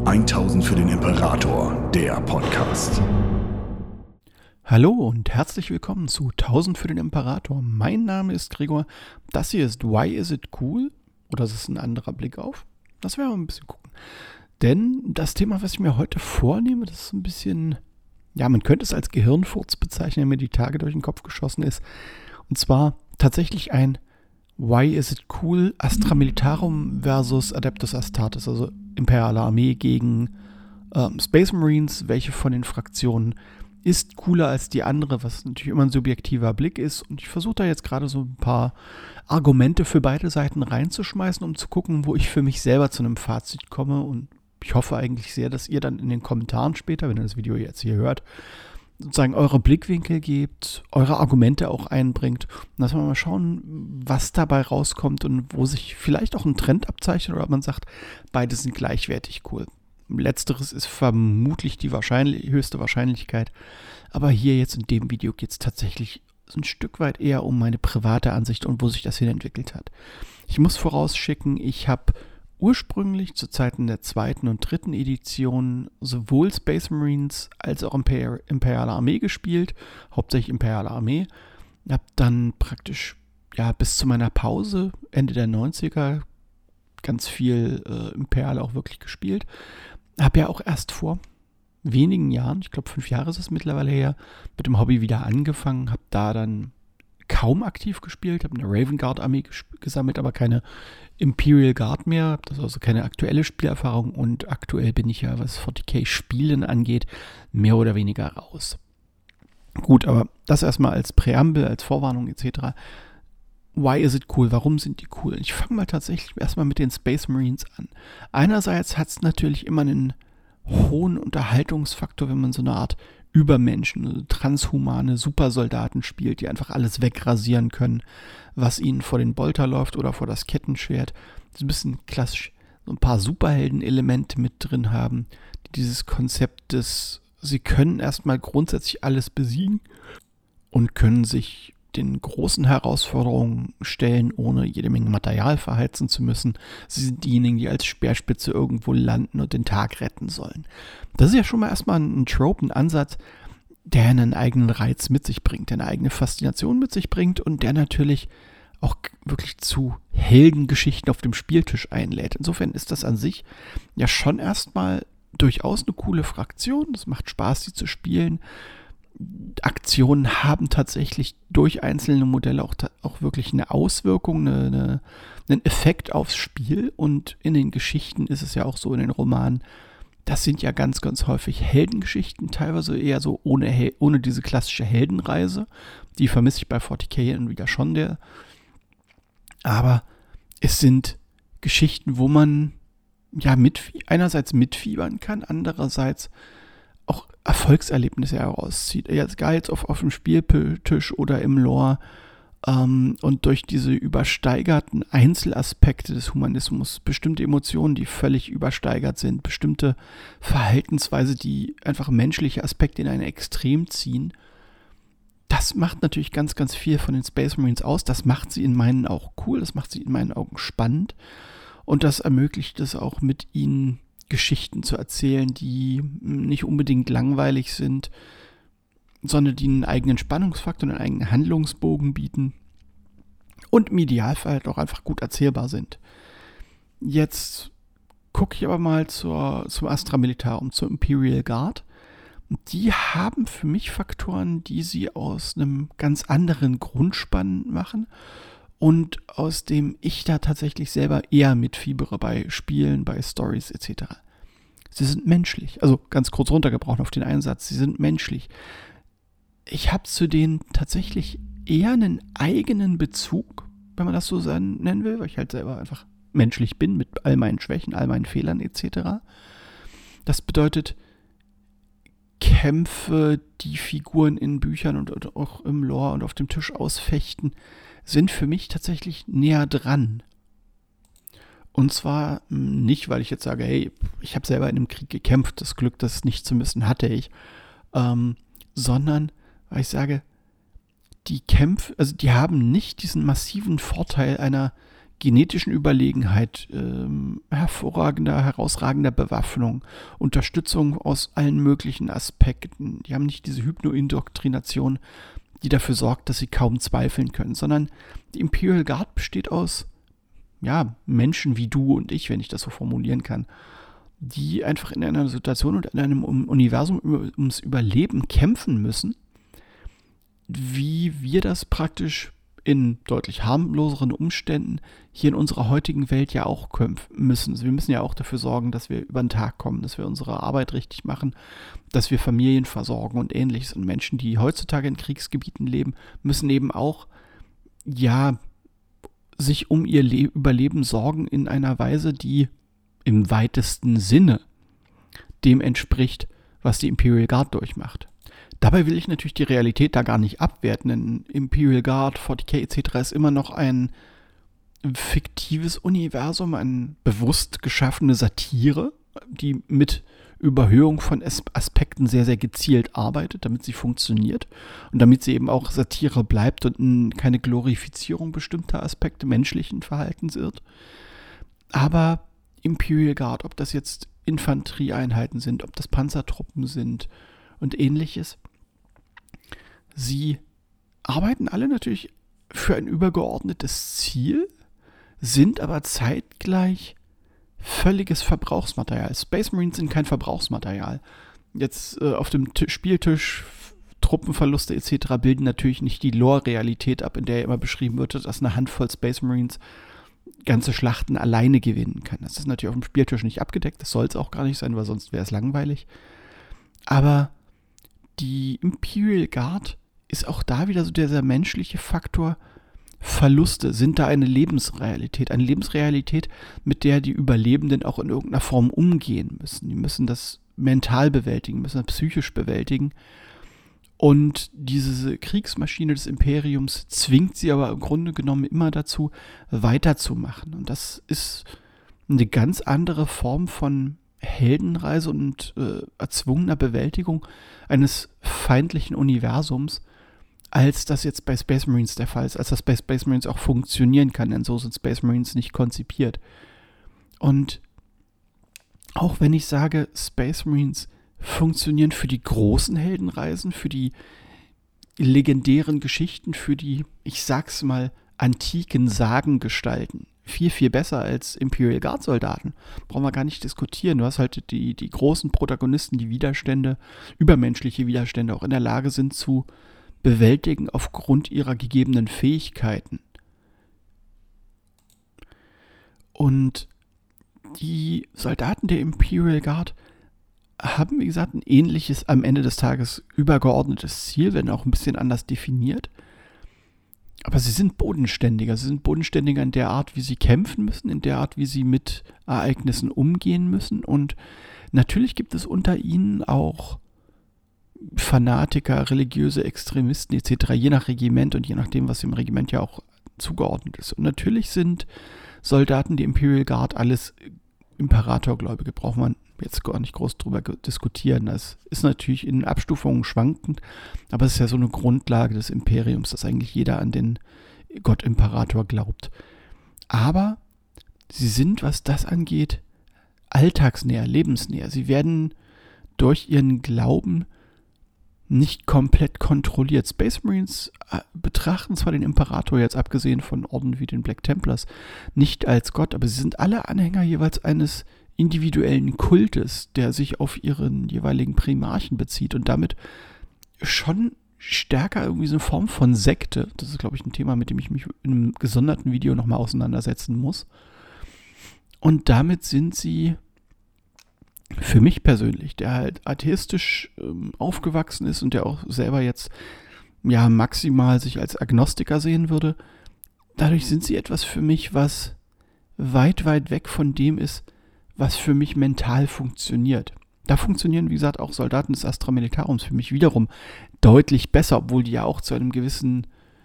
1000 für den Imperator, der Podcast. Hallo und herzlich willkommen zu 1000 für den Imperator. Mein Name ist Gregor. Das hier ist Why Is It Cool? Oder ist es ein anderer Blick auf? Das werden wir mal ein bisschen gucken. Denn das Thema, was ich mir heute vornehme, das ist ein bisschen, ja, man könnte es als Gehirnfurz bezeichnen, der mir die Tage durch den Kopf geschossen ist. Und zwar tatsächlich ein Why Is It Cool? Astra Militarum versus Adeptus Astartes, also Imperiale Armee gegen Space Marines. Welche von den Fraktionen ist cooler als die andere, was natürlich immer ein subjektiver Blick ist. Und ich versuche da jetzt gerade so ein paar Argumente für beide Seiten reinzuschmeißen, um zu gucken, wo ich für mich selber zu einem Fazit komme. Und ich hoffe eigentlich sehr, dass ihr dann in den Kommentaren später, wenn ihr das Video jetzt hier hört, sozusagen eure Blickwinkel gebt, eure Argumente auch einbringt. Und dass wir mal schauen, was dabei rauskommt und wo sich vielleicht auch ein Trend abzeichnet oder ob man sagt, beide sind gleichwertig cool. Letzteres ist vermutlich die höchste Wahrscheinlichkeit. Aber hier jetzt in dem Video geht es tatsächlich ein Stück weit eher um meine private Ansicht und wo sich das hin entwickelt hat. Ich muss vorausschicken, ich habe ursprünglich zu Zeiten der 2. und 3. Edition sowohl Space Marines als auch Imperiale Armee gespielt, hauptsächlich Imperiale Armee. Habe dann praktisch bis zu meiner Pause Ende der 90er ganz viel Imperiale auch wirklich gespielt. Habe ja auch erst vor wenigen Jahren, ich glaube 5 Jahre ist es mittlerweile her, mit dem Hobby wieder angefangen, habe da dann kaum aktiv gespielt, habe eine Raven Guard Armee gesammelt, aber keine Imperial Guard mehr, das ist also keine aktuelle Spielerfahrung und aktuell bin ich ja, was 40k Spielen angeht, mehr oder weniger raus. Gut, aber das erstmal als Präambel, als Vorwarnung etc. Why is it cool? Warum sind die cool? Ich fange mal tatsächlich erstmal mit den Space Marines an. Einerseits hat es natürlich immer einen hohen Unterhaltungsfaktor, wenn man so eine Art Übermenschen, transhumane Supersoldaten spielt, die einfach alles wegrasieren können, was ihnen vor den Bolter läuft oder vor das Kettenschwert. Das ist ein bisschen klassisch, so ein paar Superhelden-Elemente mit drin haben, die dieses Konzept des, sie können erstmal grundsätzlich alles besiegen und können sich den großen Herausforderungen stellen, ohne jede Menge Material verheizen zu müssen. Sie sind diejenigen, die als Speerspitze irgendwo landen und den Tag retten sollen. Das ist ja schon mal erstmal ein Trope, ein Ansatz, der einen eigenen Reiz mit sich bringt, der eine eigene Faszination mit sich bringt und der natürlich auch wirklich zu Heldengeschichten auf dem Spieltisch einlädt. Insofern ist das an sich ja schon erstmal durchaus eine coole Fraktion. Es macht Spaß, sie zu spielen. Aktionen haben tatsächlich durch einzelne Modelle auch wirklich eine Auswirkung, einen Effekt aufs Spiel. Und in den Geschichten ist es ja auch so, in den Romanen, das sind ja ganz, ganz häufig Heldengeschichten, teilweise eher so ohne diese klassische Heldenreise. Die vermisse ich bei 40k und wieder schon. Aber es sind Geschichten, wo man ja einerseits mitfiebern kann, andererseits auch Erfolgserlebnisse herauszieht. Egal jetzt auf dem Spieltisch oder im Lore und durch diese übersteigerten Einzelaspekte des Humanismus, bestimmte Emotionen, die völlig übersteigert sind, bestimmte Verhaltensweise, die einfach menschliche Aspekte in ein Extrem ziehen, das macht natürlich ganz, ganz viel von den Space Marines aus. Das macht sie in meinen Augen cool, das macht sie in meinen Augen spannend und das ermöglicht es auch mit ihnen Geschichten zu erzählen, die nicht unbedingt langweilig sind, sondern die einen eigenen Spannungsfaktor, einen eigenen Handlungsbogen bieten und im Idealfall halt auch einfach gut erzählbar sind. Jetzt gucke ich aber mal zum Astra Militarum, zur Imperial Guard. Die haben für mich Faktoren, die sie aus einem ganz anderen Grundspann machen und aus dem ich da tatsächlich selber eher mitfiebere bei Spielen, bei Stories etc. Sie sind menschlich, also ganz kurz runtergebrochen auf den Einsatz, sie sind menschlich. Ich habe zu denen tatsächlich eher einen eigenen Bezug, wenn man das so nennen will, weil ich halt selber einfach menschlich bin mit all meinen Schwächen, all meinen Fehlern etc. Das bedeutet, Kämpfe, die Figuren in Büchern und auch im Lore und auf dem Tisch ausfechten, sind für mich tatsächlich näher dran. Und zwar nicht, weil ich jetzt sage, hey, ich habe selber in einem Krieg gekämpft, das Glück, das nicht zu müssen, hatte ich, sondern weil ich sage, die Kämpfe, also die haben nicht diesen massiven Vorteil einer genetischen Überlegenheit, herausragender Bewaffnung, Unterstützung aus allen möglichen Aspekten. Die haben nicht diese Hypno-Indoktrination, die dafür sorgt, dass sie kaum zweifeln können, sondern die Imperial Guard besteht aus Menschen wie du und ich, wenn ich das so formulieren kann, die einfach in einer Situation und in einem Universum ums Überleben kämpfen müssen, wie wir das praktisch in deutlich harmloseren Umständen hier in unserer heutigen Welt ja auch kämpfen müssen. Also wir müssen ja auch dafür sorgen, dass wir über den Tag kommen, dass wir unsere Arbeit richtig machen, dass wir Familien versorgen und ähnliches. Und Menschen, die heutzutage in Kriegsgebieten leben, müssen eben auch sich um ihr Überleben sorgen in einer Weise, die im weitesten Sinne dem entspricht, was die Imperial Guard durchmacht. Dabei will ich natürlich die Realität da gar nicht abwerten, denn Imperial Guard, 40k etc. ist immer noch ein fiktives Universum, eine bewusst geschaffene Satire, die mit Überhöhung von Aspekten sehr, sehr gezielt arbeitet, damit sie funktioniert und damit sie eben auch Satire bleibt und keine Glorifizierung bestimmter Aspekte menschlichen Verhaltens wird. Aber Imperial Guard, ob das jetzt Infanterieeinheiten sind, ob das Panzertruppen sind und ähnliches, sie arbeiten alle natürlich für ein übergeordnetes Ziel, sind aber zeitgleich völliges Verbrauchsmaterial. Space Marines sind kein Verbrauchsmaterial. Jetzt auf dem Spieltisch Truppenverluste etc. bilden natürlich nicht die Lore-Realität ab, in der immer beschrieben wird, dass eine Handvoll Space Marines ganze Schlachten alleine gewinnen kann. Das ist natürlich auf dem Spieltisch nicht abgedeckt, das soll es auch gar nicht sein, weil sonst wäre es langweilig. Aber die Imperial Guard ist auch da wieder so dieser menschliche Faktor. Verluste sind da eine Lebensrealität, mit der die Überlebenden auch in irgendeiner Form umgehen müssen. Die müssen das mental bewältigen, müssen das psychisch bewältigen. Und diese Kriegsmaschine des Imperiums zwingt sie aber im Grunde genommen immer dazu, weiterzumachen. Und das ist eine ganz andere Form von Heldenreise und erzwungener Bewältigung eines feindlichen Universums, als das jetzt bei Space Marines der Fall ist, als das bei Space Marines auch funktionieren kann, denn so sind Space Marines nicht konzipiert. Und auch wenn ich sage, Space Marines funktionieren für die großen Heldenreisen, für die legendären Geschichten, für die, ich sag's mal, antiken Sagengestalten, viel, viel besser als Imperial Guard Soldaten. Brauchen wir gar nicht diskutieren. Du hast halt die großen Protagonisten, die Widerstände, übermenschliche Widerstände auch in der Lage sind zu bewältigen aufgrund ihrer gegebenen Fähigkeiten. Und die Soldaten der Imperial Guard haben, wie gesagt, ein ähnliches, am Ende des Tages übergeordnetes Ziel, wenn auch ein bisschen anders definiert. Aber sie sind bodenständiger. Sie sind bodenständiger in der Art, wie sie kämpfen müssen, in der Art, wie sie mit Ereignissen umgehen müssen. Und natürlich gibt es unter ihnen auch Fanatiker, religiöse Extremisten etc., je nach Regiment und je nachdem, was dem Regiment ja auch zugeordnet ist. Und natürlich sind Soldaten, die Imperial Guard, alles Imperatorgläubige, braucht man jetzt gar nicht groß drüber diskutieren. Das ist natürlich in Abstufungen schwankend, aber es ist ja so eine Grundlage des Imperiums, dass eigentlich jeder an den Gott Imperator glaubt. Aber sie sind, was das angeht, alltagsnäher, lebensnäher. Sie werden durch ihren Glauben nicht komplett kontrolliert. Space Marines betrachten zwar den Imperator, jetzt abgesehen von Orden wie den Black Templars, nicht als Gott, aber sie sind alle Anhänger jeweils eines individuellen Kultes, der sich auf ihren jeweiligen Primarchen bezieht und damit schon stärker irgendwie so eine Form von Sekte. Das ist, glaube ich, ein Thema, mit dem ich mich in einem gesonderten Video nochmal auseinandersetzen muss. Und damit sind sie für mich persönlich, der halt atheistisch aufgewachsen ist und der auch selber jetzt maximal sich als Agnostiker sehen würde, dadurch sind sie etwas für mich, was weit, weit weg von dem ist, was für mich mental funktioniert. Da funktionieren, wie gesagt, auch Soldaten des Astra Militarum für mich wiederum deutlich besser, obwohl die ja auch zu einem gewissen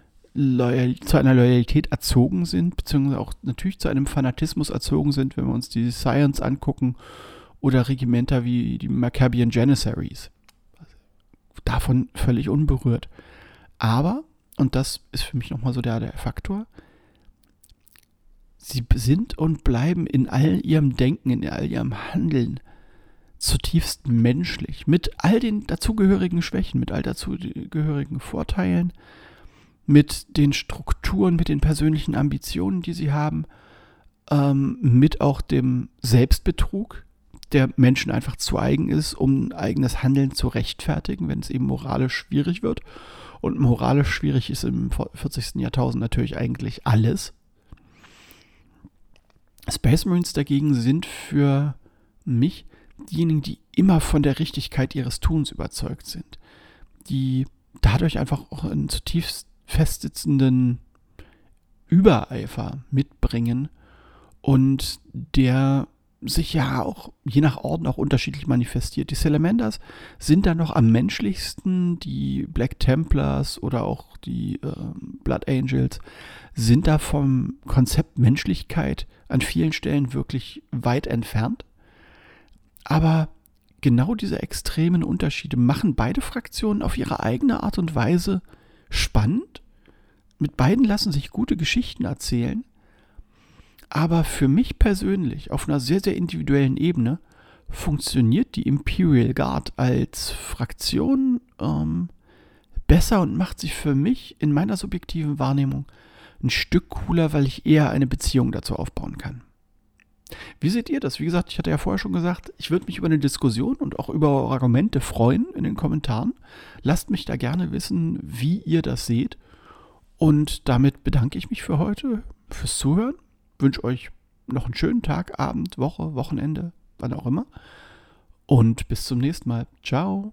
zu einer Loyalität erzogen sind, beziehungsweise auch natürlich zu einem Fanatismus erzogen sind, wenn wir uns die Science angucken oder Regimenter wie die Maccabian Janissaries. Davon völlig unberührt. Aber, und das ist für mich nochmal so der Faktor, Sie sind und bleiben in all ihrem Denken, in all ihrem Handeln zutiefst menschlich, mit all den dazugehörigen Schwächen, mit all dazugehörigen Vorteilen, mit den Strukturen, mit den persönlichen Ambitionen, die sie haben, mit auch dem Selbstbetrug, der Menschen einfach zu eigen ist, um eigenes Handeln zu rechtfertigen, wenn es eben moralisch schwierig wird. Und moralisch schwierig ist im 40. Jahrtausend natürlich eigentlich alles. Space Marines dagegen sind für mich diejenigen, die immer von der Richtigkeit ihres Tuns überzeugt sind, die dadurch einfach auch einen zutiefst festsitzenden Übereifer mitbringen und der sich ja auch je nach Orden auch unterschiedlich manifestiert. Die Salamanders sind da noch am menschlichsten, die Black Templars oder auch die Blood Angels sind da vom Konzept Menschlichkeit an vielen Stellen wirklich weit entfernt. Aber genau diese extremen Unterschiede machen beide Fraktionen auf ihre eigene Art und Weise spannend. Mit beiden lassen sich gute Geschichten erzählen. Aber für mich persönlich, auf einer sehr, sehr individuellen Ebene, funktioniert die Imperial Guard als Fraktion besser und macht sich für mich in meiner subjektiven Wahrnehmung ein Stück cooler, weil ich eher eine Beziehung dazu aufbauen kann. Wie seht ihr das? Wie gesagt, ich hatte ja vorher schon gesagt, ich würde mich über eine Diskussion und auch über eure Argumente freuen in den Kommentaren. Lasst mich da gerne wissen, wie ihr das seht. Und damit bedanke ich mich für heute, fürs Zuhören. Wünsche euch noch einen schönen Tag, Abend, Woche, Wochenende, wann auch immer. Und bis zum nächsten Mal. Ciao.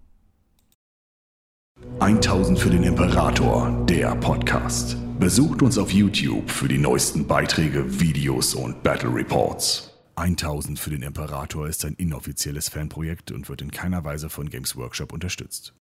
1000 für den Imperator, der Podcast. Besucht uns auf YouTube für die neuesten Beiträge, Videos und Battle Reports. 1000 für den Imperator ist ein inoffizielles Fanprojekt und wird in keiner Weise von Games Workshop unterstützt.